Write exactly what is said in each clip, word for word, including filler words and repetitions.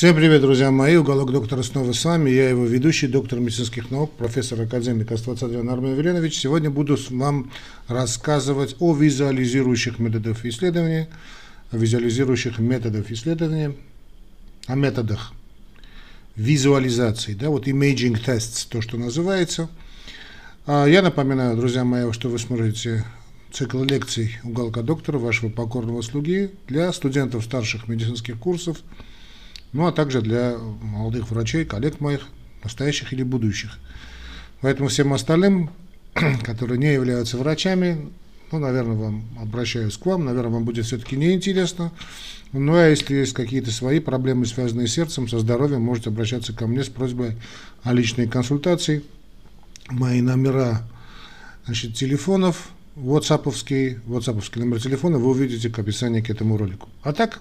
Всем привет, друзья мои, уголок доктора снова с вами, я его ведущий, доктор медицинских наук, профессор академик Аствацаджан Армен Веленович. Сегодня буду вам рассказывать о визуализирующих методах исследования, о визуализирующих методах исследования, о методах визуализации, да, вот imaging tests, то, что называется. Я напоминаю, друзья мои, что вы смотрите цикл лекций уголка доктора, вашего покорного слуги, для студентов старших медицинских курсов, ну а также для молодых врачей, коллег моих, настоящих или будущих. Поэтому всем остальным, которые не являются врачами, ну, наверное, вам обращаюсь к вам, наверное, вам будет все-таки неинтересно. Ну, а если есть какие-то свои проблемы, связанные с сердцем, со здоровьем, можете обращаться ко мне с просьбой о личной консультации. Мои номера, значит, телефонов, ватсаповский, ватсаповский номер телефона вы увидите к описанию к этому ролику. А так,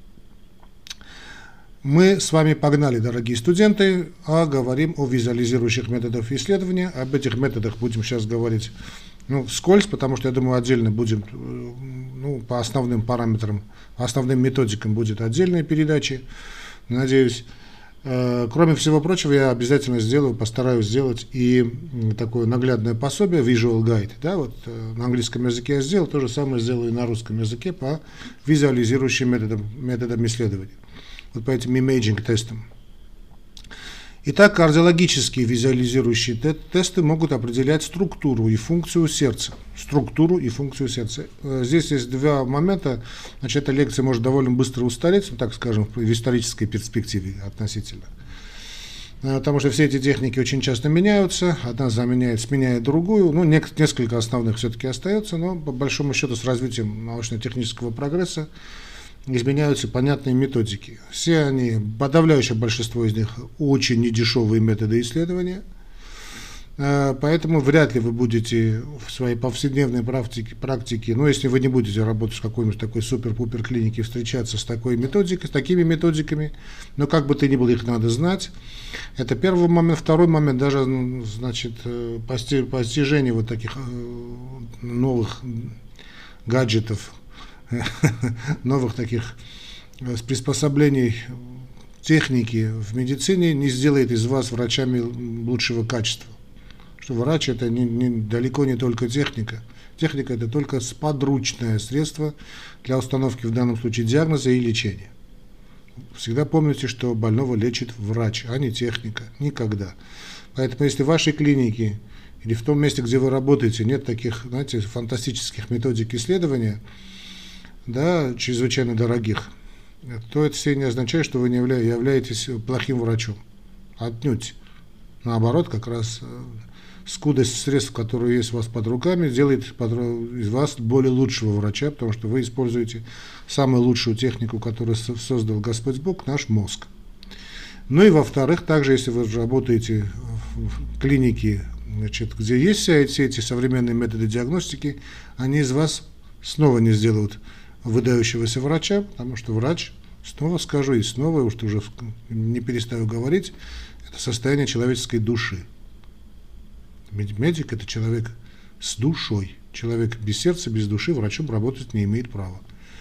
мы с вами погнали, дорогие студенты, а говорим о визуализирующих методах исследования. Об этих методах будем сейчас говорить, ну, вскользь, потому что, я думаю, отдельно будем, ну, по основным параметрам, основным методикам будет отдельные передачи, надеюсь. Кроме всего прочего, я обязательно сделаю, постараюсь сделать и такое наглядное пособие, visual guide, да, вот на английском языке я сделал, то же самое сделаю и на русском языке по визуализирующим методам, методам исследования. Вот по этим imaging тестам. Итак, кардиологические визуализирующие те тесты могут определять структуру и функцию сердца. Структуру и функцию сердца. Здесь есть два момента. Значит, эта лекция может довольно быстро устареть, ну, так скажем, в исторической перспективе относительно. Потому что все эти техники очень часто меняются, одна заменяет, сменяет другую. Ну, несколько основных все-таки остается, но по большому счету с развитием научно-технического прогресса изменяются понятные методики. Все они, подавляющее большинство из них, очень недешевые методы исследования, поэтому вряд ли вы будете в своей повседневной практике, практике, ну, если вы не будете работать в какой-нибудь такой супер-пупер клинике, встречаться с такой методикой, с такими методиками, но как бы то ни было, их надо знать. Это первый момент. Второй момент, даже, значит, постижение вот таких новых гаджетов, новых таких приспособлений техники в медицине не сделает из вас врачами лучшего качества. Что врач это не, не, далеко не только техника. Техника это только подручное средство для установки в данном случае диагноза и лечения. Всегда помните, что больного лечит врач, а не техника. Никогда. Поэтому если в вашей клинике или в том месте, где вы работаете, нет таких, знаете, фантастических методик исследования, да, чрезвычайно дорогих, то это все не означает, что вы не являетесь плохим врачом. Отнюдь. Наоборот, как раз скудость средств, которые есть у вас под руками, делает из вас более лучшего врача, потому что вы используете самую лучшую технику, которую создал Господь Бог, наш мозг. Ну и во-вторых, также, если вы работаете в клинике, значит, где есть все эти современные методы диагностики, они из вас снова не сделают выдающегося врача, потому что врач, снова скажу и снова, уж уже не перестаю говорить, это состояние человеческой души. Медик – это человек с душой. Человек без сердца, без души врачом работать не имеет права.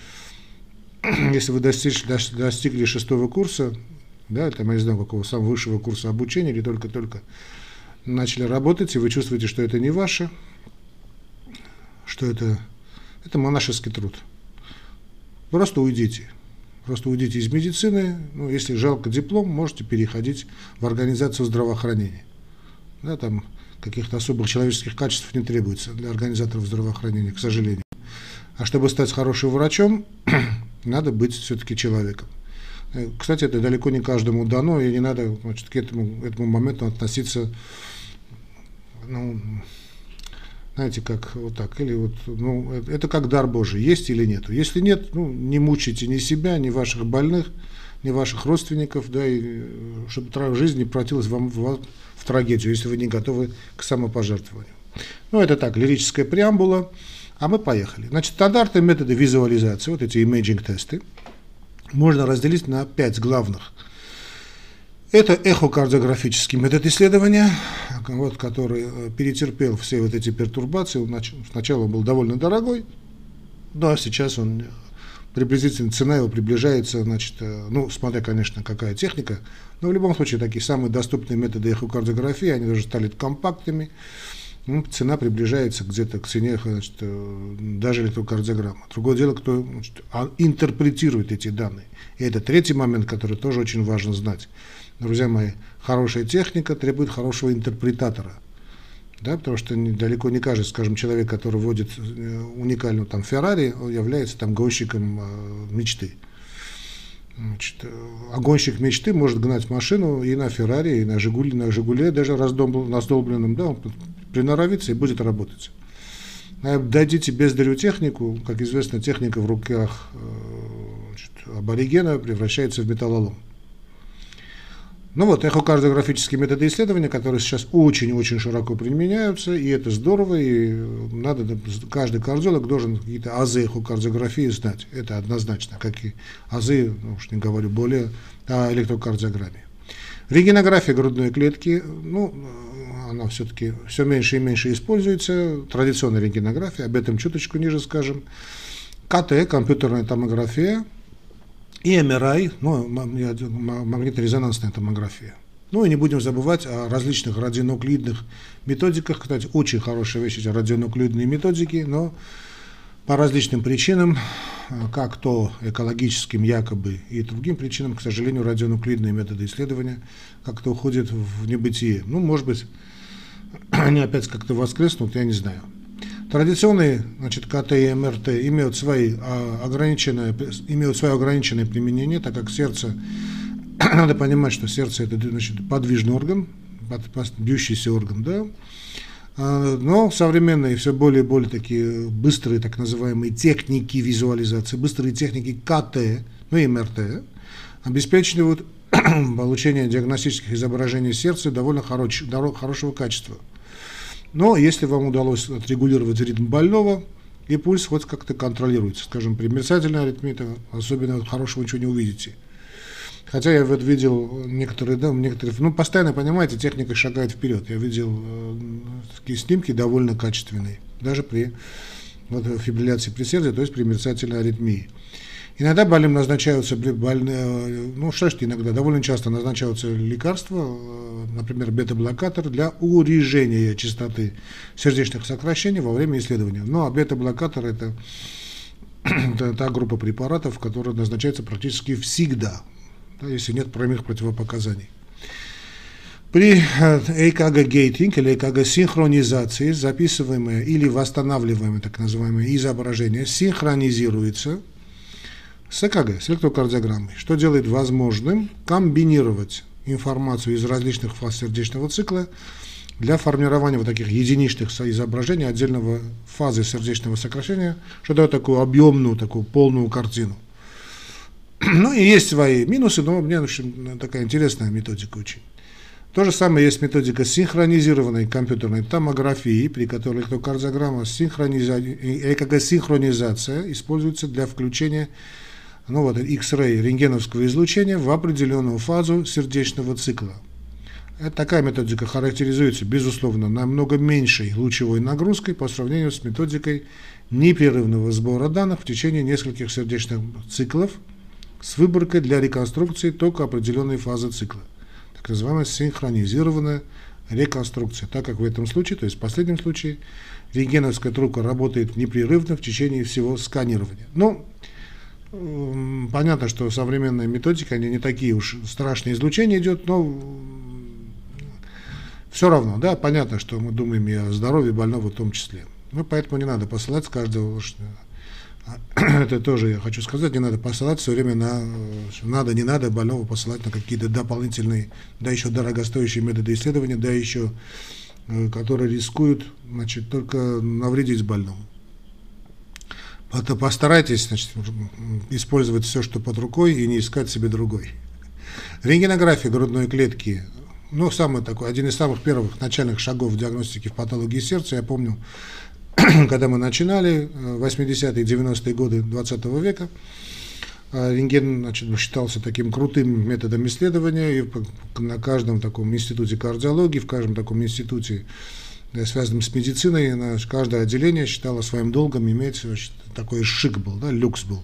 Если вы достигли, достигли шестого курса, да, там, я не знаю, какого самого высшего курса обучения, или только-только начали работать, и вы чувствуете, что это не ваше, что это, это монашеский труд. Просто уйдите. Просто уйдите из медицины. Ну, если жалко диплом, можете переходить в организацию здравоохранения. Да, там каких-то особых человеческих качеств не требуется для организаторов здравоохранения, к сожалению. А чтобы стать хорошим врачом, надо быть все-таки человеком. Кстати, это далеко не каждому дано, и не надо, значит, к этому, этому моменту относиться, ну, знаете, как вот так, или вот, ну, это как дар Божий, есть или нет. Если нет, ну, не мучайте ни себя, ни ваших больных, ни ваших родственников, да, и чтобы жизнь не превратилась вам в, в трагедию, если вы не готовы к самопожертвованию. Ну, это так, лирическая преамбула, а мы поехали. Значит, стандартные методы визуализации, вот эти imaging тесты, можно разделить на пять главных. Это эхокардиографический метод исследования, вот, который перетерпел все вот эти пертурбации. Сначала он был довольно дорогой, но сейчас он приблизительно цена его приближается, значит, ну, смотря, конечно, какая техника, но в любом случае такие самые доступные методы эхокардиографии, они уже стали компактными, ну, цена приближается где-то к цене, значит, даже электрокардиограммы. Другое дело, кто, значит, интерпретирует эти данные. И это третий момент, который тоже очень важно знать. Друзья мои, хорошая техника требует хорошего интерпретатора. Да, потому что далеко не каждый, скажем, человек, который водит уникальную там Феррари, является там гонщиком э, мечты. Значит, а гонщик мечты может гнать машину и на Феррари, и на Жигуле, на Жигуле, даже раздолбленном, да, он приноровится и будет работать. А дадите бездарью технику, как известно, техника в руках значит, аборигена превращается в металлолом. Ну вот, эхокардиографические методы исследования, которые сейчас очень-очень широко применяются, и это здорово, и надо, каждый кардиолог должен какие-то азы эхокардиографии знать. Это однозначно, как и азы, ну уж не говорю более, о электрокардиограмме. Рентгенография грудной клетки, ну, она все-таки все меньше и меньше используется, традиционная рентгенография, об этом чуточку ниже скажем. КТ, компьютерная томография. И эм эр ай, ну, магнитно-резонансная томография. Ну и не будем забывать о различных радионуклидных методиках. Кстати, очень хорошая вещь эти радионуклидные методики, но по различным причинам, как то экологическим якобы и другим причинам, к сожалению, радионуклидные методы исследования как-то уходят в небытие. Ну, может быть, они опять как-то воскреснут, я не знаю. Традиционные, значит, КТ и эм эр тэ имеют, свои, а, ограниченное, имеют свое ограниченное применение, так как сердце, надо понимать, что сердце это, значит, подвижный орган, под, под, бьющийся орган, да, а, но современные, все более и более такие быстрые, так называемые техники визуализации, быстрые техники КТ, ну и эм эр тэ, обеспечивают получение диагностических изображений сердца довольно хорош, хорошего качества. Но если вам удалось отрегулировать ритм больного, и пульс хоть как-то контролируется, скажем, при мерцательной аритмии, особенно хорошего ничего не увидите. Хотя я вот видел некоторые, да, некоторые, ну, постоянно, понимаете, техника шагает вперед. Я видел э, такие снимки довольно качественные, даже при вот, фибрилляции предсердия, то есть при мерцательной аритмии. Иногда больным назначаются, больные, ну что ж, иногда, довольно часто назначаются лекарства, например, бета-блокатор для урежения частоты сердечных сокращений во время исследования. Ну а бета-блокатор это, это та группа препаратов, которая назначается практически всегда, да, если нет прямых противопоказаний. При и ка джи-гейтинг или и ка джи-синхронизации записываемое или восстанавливаемое так называемое изображение синхронизируется с и ка джи, с электрокардиограммой, что делает возможным комбинировать информацию из различных фаз сердечного цикла для формирования вот таких единичных изображений отдельного фазы сердечного сокращения, что дает такую объемную, такую полную картину. Ну и есть свои минусы, но мне, в общем, такая интересная методика очень. То же самое есть методика синхронизированной компьютерной томографии, при которой электрокардиограмма синхрониза... и ка джи-синхронизация используется для включения, ну вот, X-ray рентгеновского излучения в определенную фазу сердечного цикла. Это такая методика характеризуется, безусловно, намного меньшей лучевой нагрузкой по сравнению с методикой непрерывного сбора данных в течение нескольких сердечных циклов с выборкой для реконструкции только определенной фазы цикла. Так называемая синхронизированная реконструкция, так как в этом случае, то есть в последнем случае, рентгеновская трубка работает непрерывно в течение всего сканирования. Ну, понятно, что современная методика, они не такие уж страшные, излучения идет, но все равно, да, понятно, что мы думаем и о здоровье больного в том числе. Ну, поэтому не надо посылать с каждого, это тоже я хочу сказать, не надо посылать все время на, надо, не надо больного посылать на какие-то дополнительные, да еще дорогостоящие методы исследования, да еще, которые рискуют, значит, только навредить больному. Постарайтесь, значит, использовать все, что под рукой, и не искать себе другой. Рентгенография грудной клетки, ну, самый такой, один из самых первых начальных шагов в диагностике в патологии сердца. Я помню, когда мы начинали, восьмидесятые, девяностые годы двадцатого века, рентген, значит, считался таким крутым методом исследования, и на каждом таком институте кардиологии, в каждом таком институте, связанном с медициной, каждое отделение считало своим долгом иметь, значит, такой шик был, да, люкс был,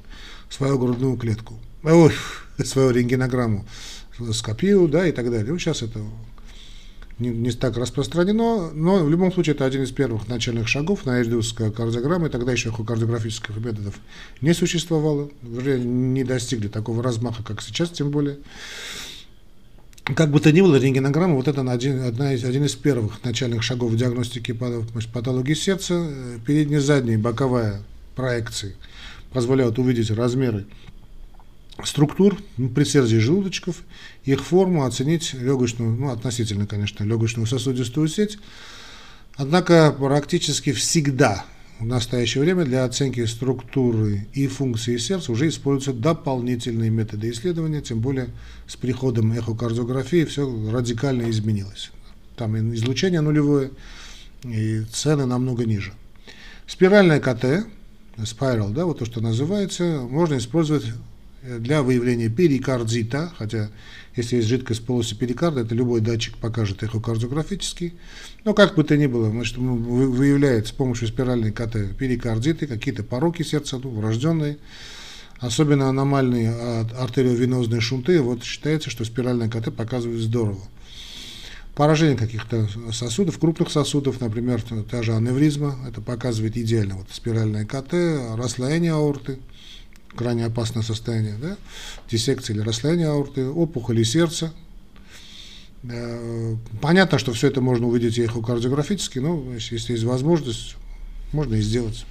свою грудную клетку, ой, свою рентгенограмму скопируют, да, и так далее. Ну, сейчас это не, не так распространено, но в любом случае это один из первых начальных шагов, наряду с кардиограммой. Тогда еще эхокардиографических методов не существовало, уже не достигли такого размаха, как сейчас, тем более. Как бы то ни было, рентгенограмма, вот это один, одна из, один из первых начальных шагов в диагностике патологии сердца. Передняя, задняя, боковая проекции позволяют увидеть размеры структур предсердий желудочков, их форму, оценить легочную, ну, относительно, конечно, легочную сосудистую сеть. Однако практически всегда в настоящее время для оценки структуры и функции сердца уже используются дополнительные методы исследования, тем более с приходом эхокардиографии все радикально изменилось. Там излучение нулевое, и цены намного ниже. Спиральное КТ, spiral, да, вот то, что называется, можно использовать для выявления перикардита, хотя если есть жидкость в полости перикарда, это любой датчик покажет эхокардиографически. Но как бы то ни было, значит, выявляет с помощью спиральной КТ перикардиты, какие-то пороки сердца, ну, врожденные, особенно аномальные артериовенозные шунты. Вот считается, что спиральная КТ показывает здорово. Поражение каких-то сосудов, крупных сосудов, например, та же аневризма, это показывает идеально. Вот спиральная КТ, расслоение аорты, крайне опасное состояние, да? Диссекция или расслоение аорты, опухоли сердца. Понятно, что все это можно увидеть и эхокардиографически, но если есть возможность, можно и сделать.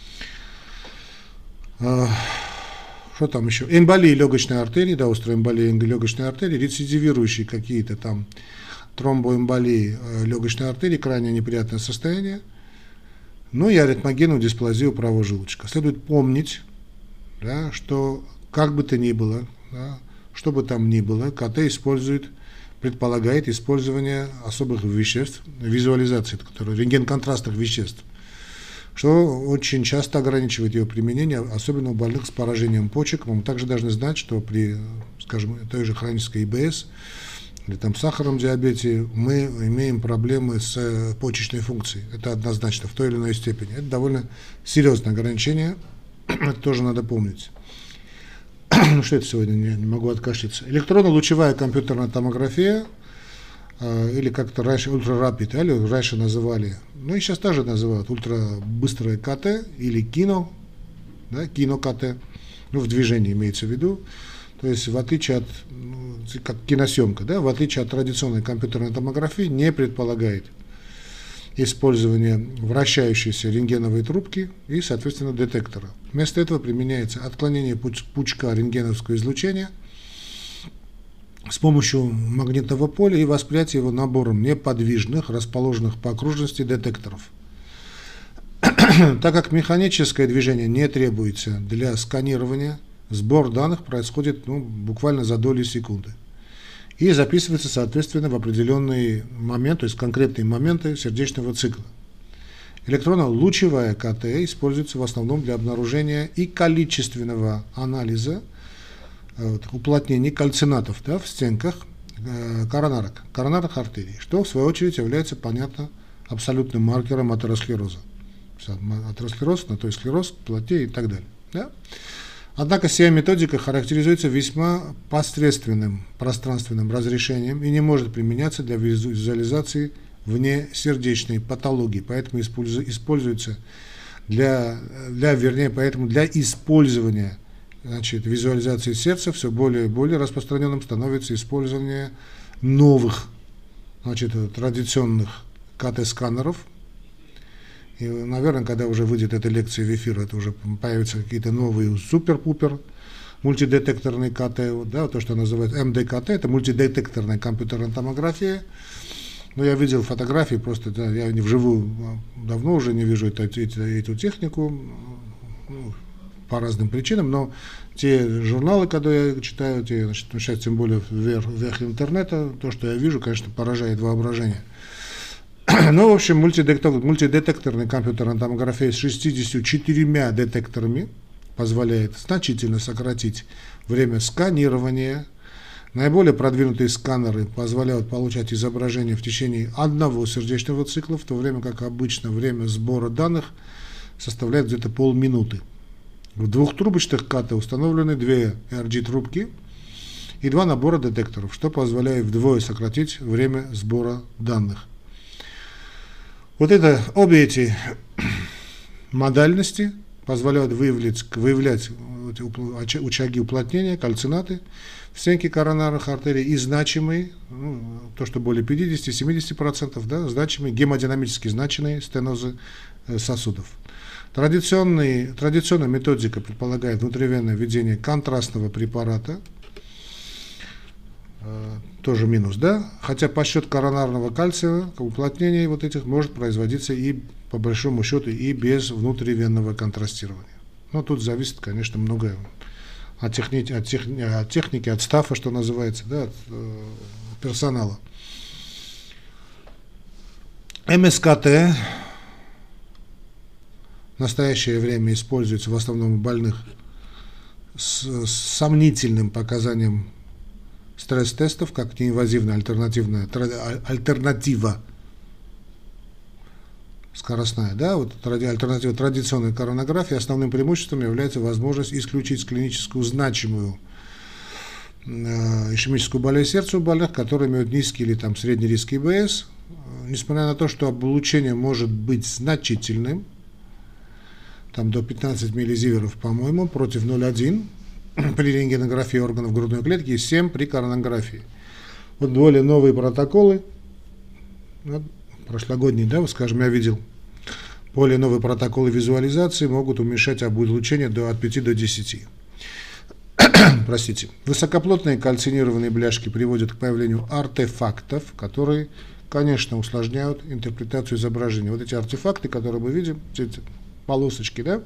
Что там еще? Эмболии легочной артерии, да, острая эмболия легочной артерии, рецидивирующие какие-то там тромбоэмболии легочной артерии, крайне неприятное состояние. Ну и аритмогенную дисплазию правого желудочка. Следует помнить, да, что как бы то ни было, да, что бы там ни было, КТ использует, предполагает использование особых веществ, визуализации, которые, рентген-контрастных веществ, что очень часто ограничивает ее применение, особенно у больных с поражением почек. Мы также должны знать, что при, скажем, той же хронической ИБС или там сахарном диабете мы имеем проблемы с почечной функцией. Это однозначно, в той или иной степени. Это довольно серьезное ограничение. Это тоже надо помнить. Ну что это сегодня, не, не могу откашляться. Электронно-лучевая компьютерная томография, э, или как-то раньше ультрарапид, или раньше называли, ну и сейчас тоже называют ультрабыстрое КТ или кино, да, кино-КТ, ну в движении имеется в виду. То есть в отличие от, ну, как киносъемка, да, в отличие от традиционной компьютерной томографии, не предполагает использование вращающейся рентгеновой трубки и, соответственно, детектора. Вместо этого применяется отклонение пучка рентгеновского излучения с помощью магнитного поля и восприятие его набором неподвижных, расположенных по окружности детекторов. Так как механическое движение не требуется для сканирования, сбор данных происходит, ну, буквально за доли секунды. И записывается, соответственно, в определенный момент, то есть конкретные моменты сердечного цикла. Электронно-лучевая КТ используется в основном для обнаружения и количественного анализа вот, уплотнений кальцинатов, да, в стенках э, коронарок, коронарных артерий, что в свою очередь является, понятно, абсолютным маркером атеросклероза. Атеросклероз, на то есть склероз, плотей и так далее. Да? Однако сия методика характеризуется весьма посредственным пространственным разрешением и не может применяться для визуализации внесердечной патологии, поэтому используется для, для, вернее, поэтому для использования, значит, визуализации сердца все более и более распространенным становится использование новых, значит, традиционных КТ-сканеров. И, наверное, когда уже выйдет эта лекция в эфир, это уже появятся какие-то новые супер-пупер мультидетекторные КТ, да, то, что называется эм дэ ка тэ, это мультидетекторная компьютерная томография. Но я видел фотографии, просто да, я вживую давно уже не вижу эту, эту, эту технику, ну, по разным причинам, но те журналы, когда я читаю, те, значит, ну, сейчас тем более вверх, вверх интернета, то, что я вижу, конечно, поражает воображение. Ну, в общем, мультидетекторная компьютерная томография с шестьюдесятью четырьмя детекторами позволяет значительно сократить время сканирования. Наиболее продвинутые сканеры позволяют получать изображение в течение одного сердечного цикла, в то время как обычно время сбора данных составляет где-то полминуты. В двухтрубочных КАТ установлены две эр джи-трубки и два набора детекторов, что позволяет вдвое сократить время сбора данных. Вот это, обе эти модальности позволяют выявлять, выявлять очаги уплотнения, кальцинаты в стенке коронарных артерий и значимые, ну, то, что более пятидесяти-семидесяти процентов, да, значимые, гемодинамически значимые стенозы сосудов. Традиционная методика предполагает внутривенное введение контрастного препарата, э, тоже минус, да, хотя подсчет коронарного кальция, уплотнение вот этих может производиться и по большому счету и без внутривенного контрастирования. Но тут зависит, конечно, многое от техники, от, техни, от техники, от стафа, что называется, да, от э, персонала. эм эс ка тэ в настоящее время используется в основном у больных с, с сомнительным показанием стресс-тестов, как неинвазивная альтернативная альтернатива скоростная, да, вот альтернатива традиционной коронографии. Основным преимуществом является возможность исключить клиническую значимую э, ишемическую болезнь сердца у больных, которые имеют низкий или там средний риск и бэ эс, несмотря на то, что облучение может быть значительным, там до пятнадцати миллизиверов, по-моему, против ноль целых одной десятых при рентгенографии органов грудной клетки и семь при коронографии. Вот более новые протоколы, вот, прошлогодние, да, скажем, я видел, более новые протоколы визуализации могут уменьшать облучение до, от пяти до десяти. Простите. Высокоплотные кальцинированные бляшки приводят к появлению артефактов, которые, конечно, усложняют интерпретацию изображения. Вот эти артефакты, которые мы видим, эти полосочки, да,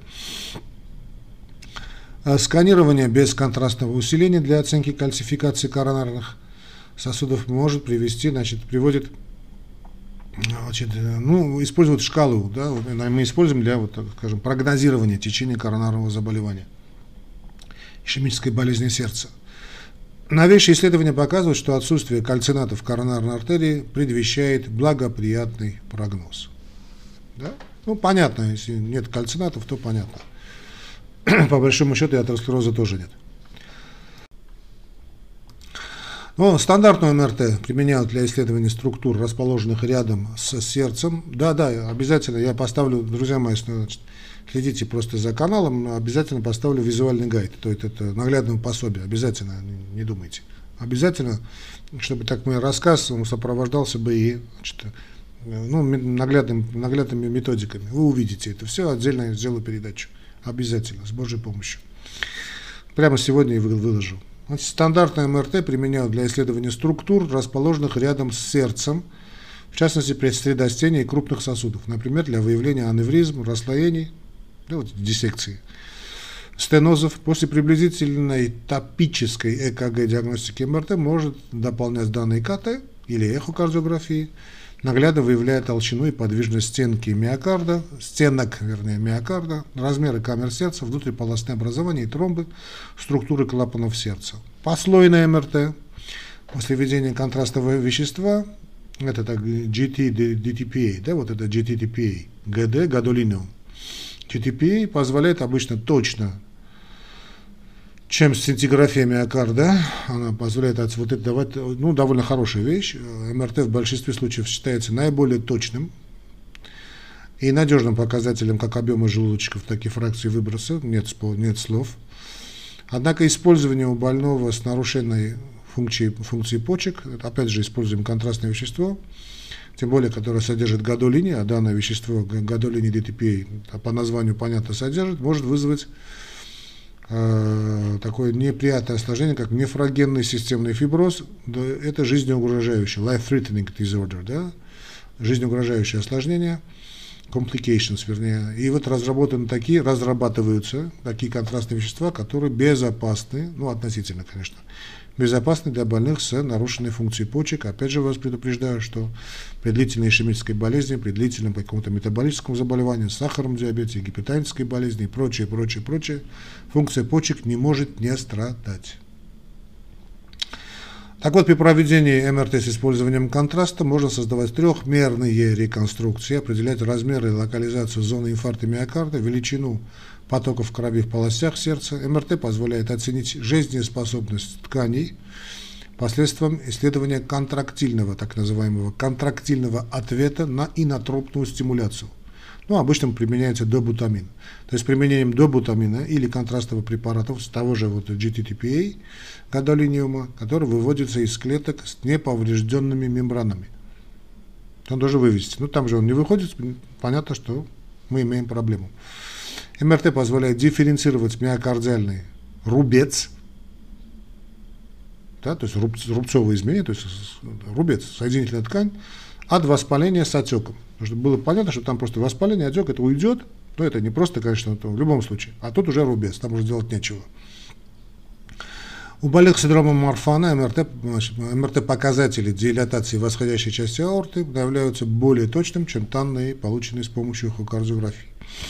сканирование без контрастного усиления для оценки кальцификации коронарных сосудов может привести, значит, приводит, значит, ну, используют шкалу, да, мы используем для, вот, так скажем, прогнозирования течения коронарного заболевания, ишемической болезни сердца. Новейшие исследования показывают, что отсутствие кальцинатов в коронарной артерии предвещает благоприятный прогноз. Да? Ну, понятно, если нет кальцинатов, то понятно. По большому счету и атеросклероза тоже нет. Ну, стандартную эм эр тэ применяют для исследования структур, расположенных рядом с сердцем. Да, да, обязательно я поставлю, друзья мои, значит, следите просто за каналом, обязательно поставлю визуальный гайд, то есть это наглядное пособие, обязательно, не, не думайте. Обязательно, чтобы так мой рассказ он сопровождался бы и, значит, ну, наглядным, наглядными методиками. Вы увидите это все, отдельно я сделаю передачу. Обязательно, с Божьей помощью. Прямо сегодня и выложу. Значит, стандартное эм эр тэ применяют для исследования структур, расположенных рядом с сердцем, в частности при средостении крупных сосудов, например, для выявления аневризм, расслоений, да, вот, диссекции, стенозов. После приблизительной топической э ка гэ диагностики эм эр тэ может дополнять данные ка тэ или эхокардиографии, наглядно выявляя толщину и подвижность стенки миокарда, стенок, вернее, миокарда, размеры камер сердца, внутриполосные образования и тромбы, структуры клапанов сердца. Послойное эм эр тэ после введения контрастного вещества, это так джи ти ди ти пи эй, да, вот это джи ти ди пи эй, джи ди, гадолиниум. джи ти пи эй позволяет обычно точно, чем сцинтиграфия миокарда, она позволяет вот это давать, ну, довольно хорошая вещь. эм эр тэ в большинстве случаев считается наиболее точным и надежным показателем как объема желудочков, так и фракции выброса, нет, нет слов. Однако использование у больного с нарушенной функцией, функцией почек, опять же используем контрастное вещество, тем более, которое содержит гадолини, а данное вещество гадолини ди ти пи эй по названию понятно содержит, может вызвать такое неприятное осложнение, как нефрогенный системный фиброз. Это жизнеугрожающее, life-threatening disorder, да? Жизнеугрожающее осложнение, complications, вернее. И вот разработаны такие, разрабатываются такие контрастные вещества, которые безопасны, ну, относительно, конечно, безопасны для больных с нарушенной функцией почек. Опять же, вас предупреждаю, что при длительной ишемической болезни, при длительном каком-то метаболическом заболевании, сахарном диабете, гипертонической болезни и прочее, прочее, прочее, функция почек не может не страдать. Так вот, при проведении эм эр тэ с использованием контраста можно создавать трехмерные реконструкции, определять размеры и локализацию зоны инфаркта миокарда, величину потоков крови в полостях сердца. эм эр тэ позволяет оценить жизнеспособность тканей посредством исследования контрактильного, так называемого контрактильного ответа на инотропную стимуляцию. Ну, обычно применяется добутамин. То есть применением добутамина или контрастовых препаратов с того же вот джи ти ти пи эй, гадолиниума, который выводится из клеток с неповрежденными мембранами. Он должен вывести. Ну, там же он не выходит, понятно, что мы имеем проблему. эм эр тэ позволяет дифференцировать миокардиальный рубец, да, то есть руб, рубцовые изменения, то есть рубец, соединительная ткань, от воспаления с отеком. Потому что было понятно, что там просто воспаление, отек, это уйдет, но это не просто, конечно, в любом случае. А тут уже рубец, там уже делать нечего. У больных синдромом Марфана эм эр тэ, эм эр тэ показатели дилатации восходящей части аорты являются более точным, чем данные, полученные с помощью эхокардиографии.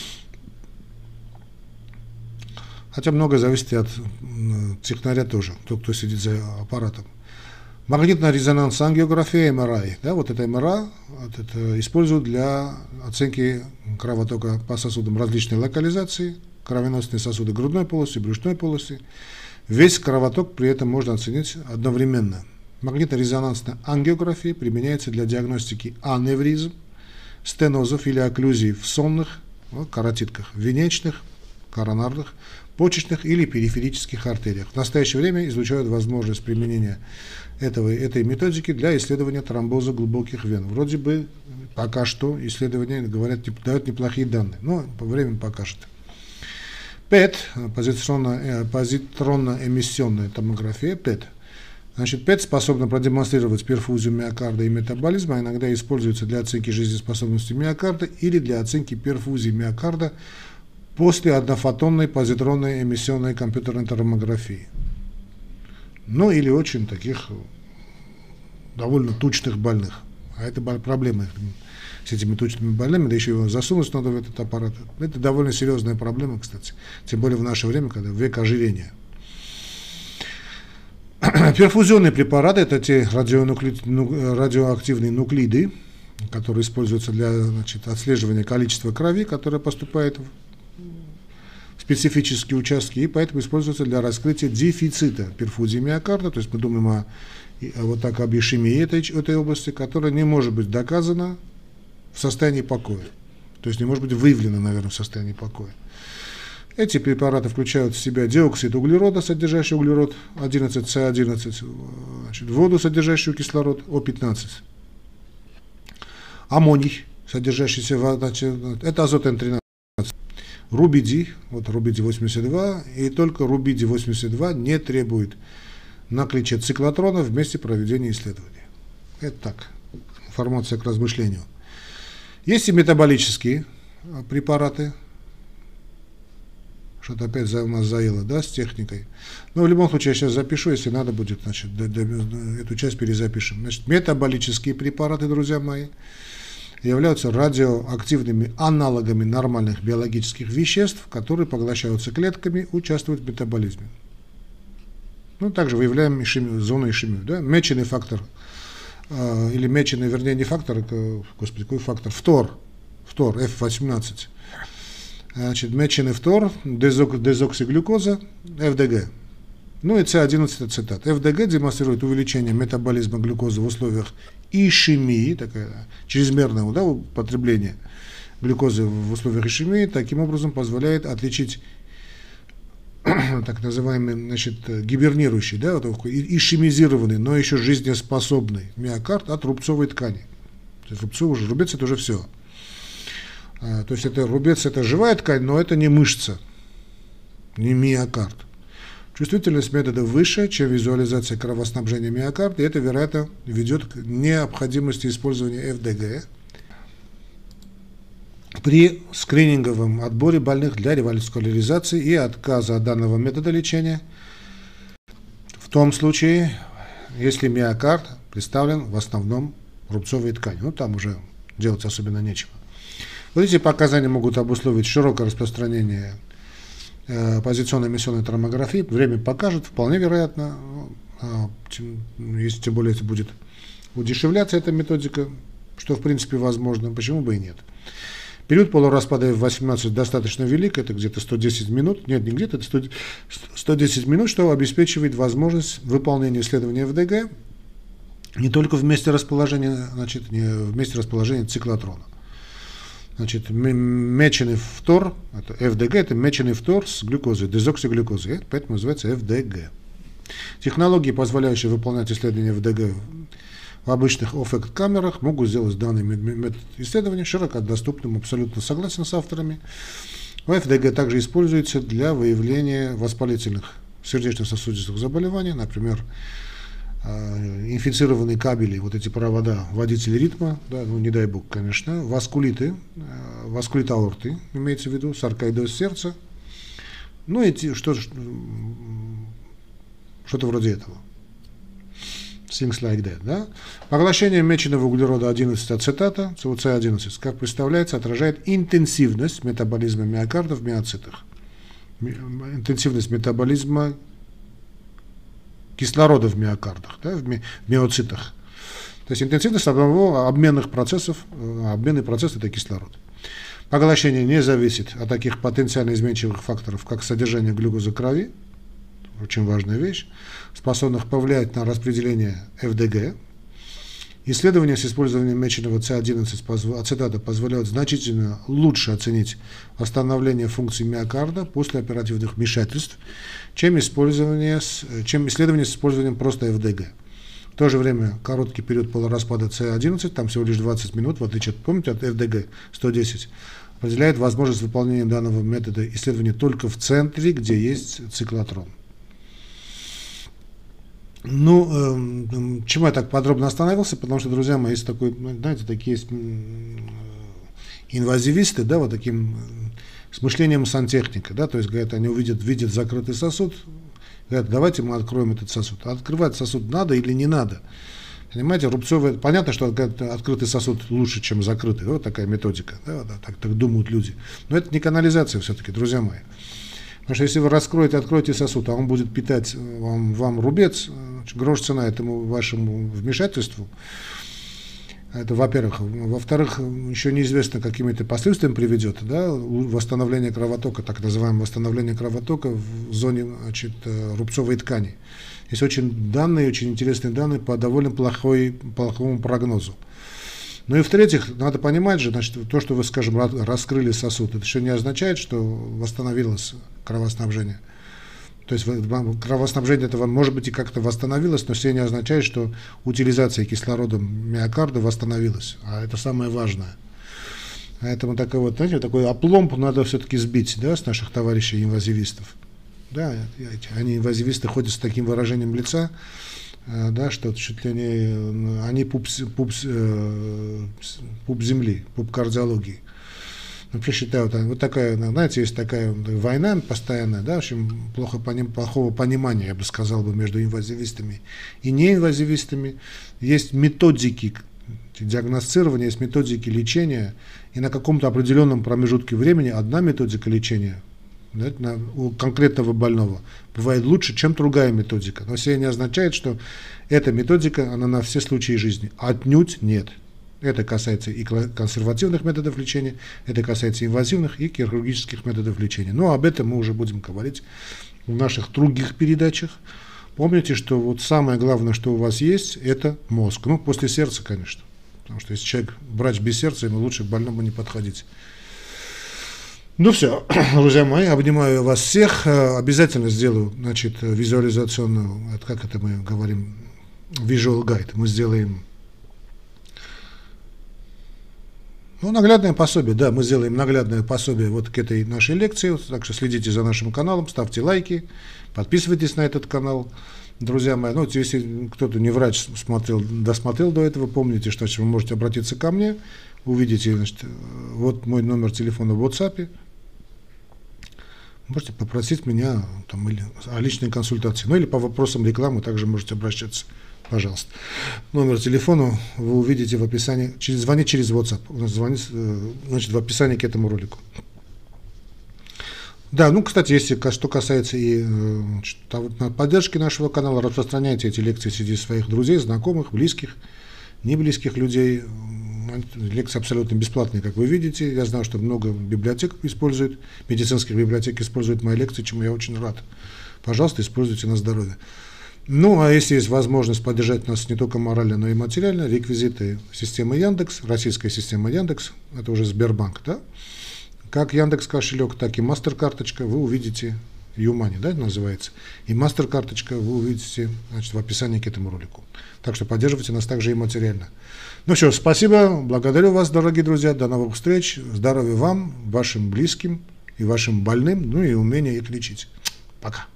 Хотя многое зависит от технаря тоже, кто, кто сидит за аппаратом. Магнитно-резонансная ангиография, эм эр ай. Да, вот это эм эр ай вот это используют для оценки кровотока по сосудам различной локализации, кровеносные сосуды грудной полости, брюшной полости. Весь кровоток при этом можно оценить одновременно. Магнитно-резонансная ангиография применяется для диагностики аневризм, стенозов или окклюзий в сонных, ну, каротидках, венечных, коронарных, почечных или периферических артериях. В настоящее время изучают возможность применения этого, этой методики для исследования тромбоза глубоких вен. Вроде бы пока что исследования, говорят, дают неплохие данные, но время покажет. ПЭТ, позитронно-эмиссионная томография, ПЭТ. Значит, ПЭТ способна продемонстрировать перфузию миокарда и метаболизм, а иногда используется для оценки жизнеспособности миокарда или для оценки перфузии миокарда после однофотонной позитронной эмиссионной компьютерной томографии. Ну, или очень таких довольно тучных больных. А это проблемы с этими тучными больными, да еще его засунуть надо в этот аппарат. Это довольно серьезная проблема, кстати. Тем более в наше время, когда век ожирения. Перфузионные препараты – это те радиоактивные нуклиды, которые используются для, значит, отслеживания количества крови, которая поступает в специфические участки, и поэтому используются для раскрытия дефицита перфузии миокарда. То есть мы думаем о, о вот так об ишемии этой, этой области, которая не может быть доказана в состоянии покоя. То есть не может быть выявлена, наверное, в состоянии покоя. Эти препараты включают в себя диоксид углерода, содержащий углерод одиннадцать С одиннадцать, значит, воду, содержащую кислород О пятнадцать, аммоний, содержащийся в, значит, это азот Н тринадцать, рубидий, вот рубидий восемьдесят два, и только рубидий восемьдесят два не требует наклича циклотрона в месте проведения исследования. Это так, информация к размышлению. Есть и метаболические препараты. Что-то опять за, у нас заело, да, с техникой. Но в любом случае я сейчас запишу, если надо будет, значит, до, до, эту часть перезапишем. Значит, метаболические препараты, друзья мои, являются радиоактивными аналогами нормальных биологических веществ, которые поглощаются клетками, участвуют в метаболизме. Ну, также выявляем ишемию, зону ишемии, да, меченый фактор, э, или меченый, вернее, не фактор, это, господи, какой фактор, фтор, фтор, эф восемнадцать. Значит, меченый фтор, дезок, дезоксиглюкоза, эф дэ гэ. Ну и С одиннадцать ацетат. эф дэ гэ демонстрирует увеличение метаболизма глюкозы в условиях ишемии, такое чрезмерное, да, употребление глюкозы в условиях ишемии, таким образом позволяет отличить так называемый, значит, гибернирующий, да, вот такой ишемизированный, но еще жизнеспособный миокард от рубцовой ткани. То есть рубцовый, рубец это уже все. То есть это рубец, это живая ткань, но это не мышца, не миокард. Чувствительность метода выше, чем визуализация кровоснабжения миокарда, и это, вероятно, ведет к необходимости использования эф дэ гэ при скрининговом отборе больных для реваскуляризации и отказа от данного метода лечения в том случае, если миокард представлен в основном рубцовой тканью. Ну, там уже делать особенно нечего. Вот эти показания могут обусловить широкое распространение э, позиционной эмиссионной томографии. Время покажет, вполне вероятно, э, тем, если тем более это будет удешевляться эта методика, что в принципе возможно, почему бы и нет. Период полураспада эф восемнадцать достаточно велик, это где-то сто десять минут, нет, не где-то, это сто десять минут, что обеспечивает возможность выполнения исследования эф дэ гэ не только в месте расположения, значит, не в месте расположения циклотрона. Значит, меченый фтор, это эф дэ гэ, это меченый фтор с глюкозой, дезоксиглюкозой, поэтому называется эф дэ гэ. Технологии, позволяющие выполнять исследования эф дэ гэ в обычных оффект-камерах, могут сделать данный метод исследования широко доступным, абсолютно согласен с авторами. эф дэ гэ также используется для выявления воспалительных сердечно-сосудистых заболеваний, например, инфицированные кабели, вот эти провода, водители ритма, да, ну не дай бог, конечно, васкулиты, васкулит аорты, имеется в виду, саркоидоз сердца, ну и что, что-то вроде этого. Things like that, да? Поглощение меченого углерода одиннадцать ацетата, си о си одиннадцать, как представляется, отражает интенсивность метаболизма миокарда в миоцитах. Интенсивность метаболизма кислорода в миокардах, да, в, ми, в миоцитах. То есть интенсивность одного обменных процессов, обменный процесс – это кислород. Поглощение не зависит от таких потенциально изменчивых факторов, как содержание глюкозы в крови, очень важная вещь, способных повлиять на распределение эф дэ гэ. Исследования с использованием меченого си одиннадцать ацетата позволяют значительно лучше оценить восстановление функций миокарда после оперативных вмешательств, чем, использование с, чем исследования с использованием просто эф дэ гэ. В то же время короткий период полураспада си одиннадцать, там всего лишь двадцать минут, в отличие от, помните, от эф дэ гэ сто десять, определяет возможность выполнения данного метода исследования только в центре, где есть циклотрон. Ну, э, чему я так подробно остановился, потому что, друзья мои, есть такой, знаете, такие есть инвазивисты, да, вот таким с мышлением сантехника, да, то есть, говорят, они увидят, видят закрытый сосуд, говорят, давайте мы откроем этот сосуд. А открывать сосуд надо или не надо? Понимаете, рубцовый, понятно, что открытый сосуд лучше, чем закрытый, да, вот такая методика, да, да, так, так думают люди. Но это не канализация все-таки, друзья мои. Потому что если вы раскроете, откроете сосуд, а он будет питать вам, вам рубец, грош цена этому вашему вмешательству. Это, во-первых. Во-вторых, еще неизвестно, какими это последствиями приведет, да, восстановление кровотока, так называемое восстановление кровотока в зоне, значит, рубцовой ткани. Есть очень данные, очень интересные данные по довольно плохой, плохому прогнозу. Ну и в-третьих, надо понимать же, значит, то, что вы, скажем, раскрыли сосуд, это еще не означает, что восстановилось кровоснабжение. То есть кровоснабжение этого, может быть, и как-то восстановилось, но все не означает, что утилизация кислорода миокарда восстановилась. А это самое важное. Поэтому такой вот, знаете, такой опломб надо все-таки сбить, да, с наших товарищей инвазивистов. Да, они, инвазивисты, ходят с таким выражением лица, да, что чуть ли не они пуп, пуп, пуп земли, пуп кардиологии. Вообще считаю, вот такая, знаете, есть такая война постоянная, да, в общем, плохо, плохого понимания, я бы сказал, бы, между инвазивистами и неинвазивистами. Есть методики диагностирования, есть методики лечения, и на каком-то определенном промежутке времени одна методика лечения, да, на, у конкретного больного бывает лучше, чем другая методика. Но все не означает, что эта методика, она на все случаи жизни. Отнюдь нет. Это касается и консервативных методов лечения, это касается инвазивных и хирургических методов лечения. Но об этом мы уже будем говорить в наших других передачах. Помните, что вот самое главное, что у вас есть, это мозг. Ну, после сердца, конечно. Потому что если человек, врач без сердца, ему лучше к больному не подходить. Ну все, друзья мои, обнимаю вас всех. Обязательно сделаю, значит, визуализационную, как это мы говорим, visual guide. Мы сделаем, ну, наглядное пособие, да, мы сделаем наглядное пособие вот к этой нашей лекции. Так что следите за нашим каналом, ставьте лайки, подписывайтесь на этот канал, друзья мои. Ну, если кто-то не врач смотрел, досмотрел до этого, помните, что вы можете обратиться ко мне, увидите, значит, вот мой номер телефона в WhatsApp. Можете попросить меня там, или, о личной консультации. Ну или по вопросам рекламы также можете обращаться. Пожалуйста. Номер телефона вы увидите в описании. Через, звоните через WhatsApp. У нас звонит, значит, в описании к этому ролику. Да, ну, кстати, если что касается и значит, поддержки нашего канала, распространяйте эти лекции среди своих друзей, знакомых, близких, неблизких людей. лекции абсолютно бесплатные, как вы видите. Я знаю, что много библиотек используют, медицинских библиотек используют мои лекции, чему я очень рад. Пожалуйста, используйте на здоровье. Ну, а если есть возможность поддержать нас не только морально, но и материально, реквизиты системы Яндекс, российская система Яндекс, это уже Сбербанк, да? Как Яндекс кошелек, так и мастер-карточка вы увидите, Юмани, да, называется, и мастер-карточка вы увидите, значит, в описании к этому ролику. Так что поддерживайте нас также и материально. Ну что, спасибо, благодарю вас, дорогие друзья, до новых встреч, здоровья вам, вашим близким и вашим больным, ну и умения их лечить. Пока.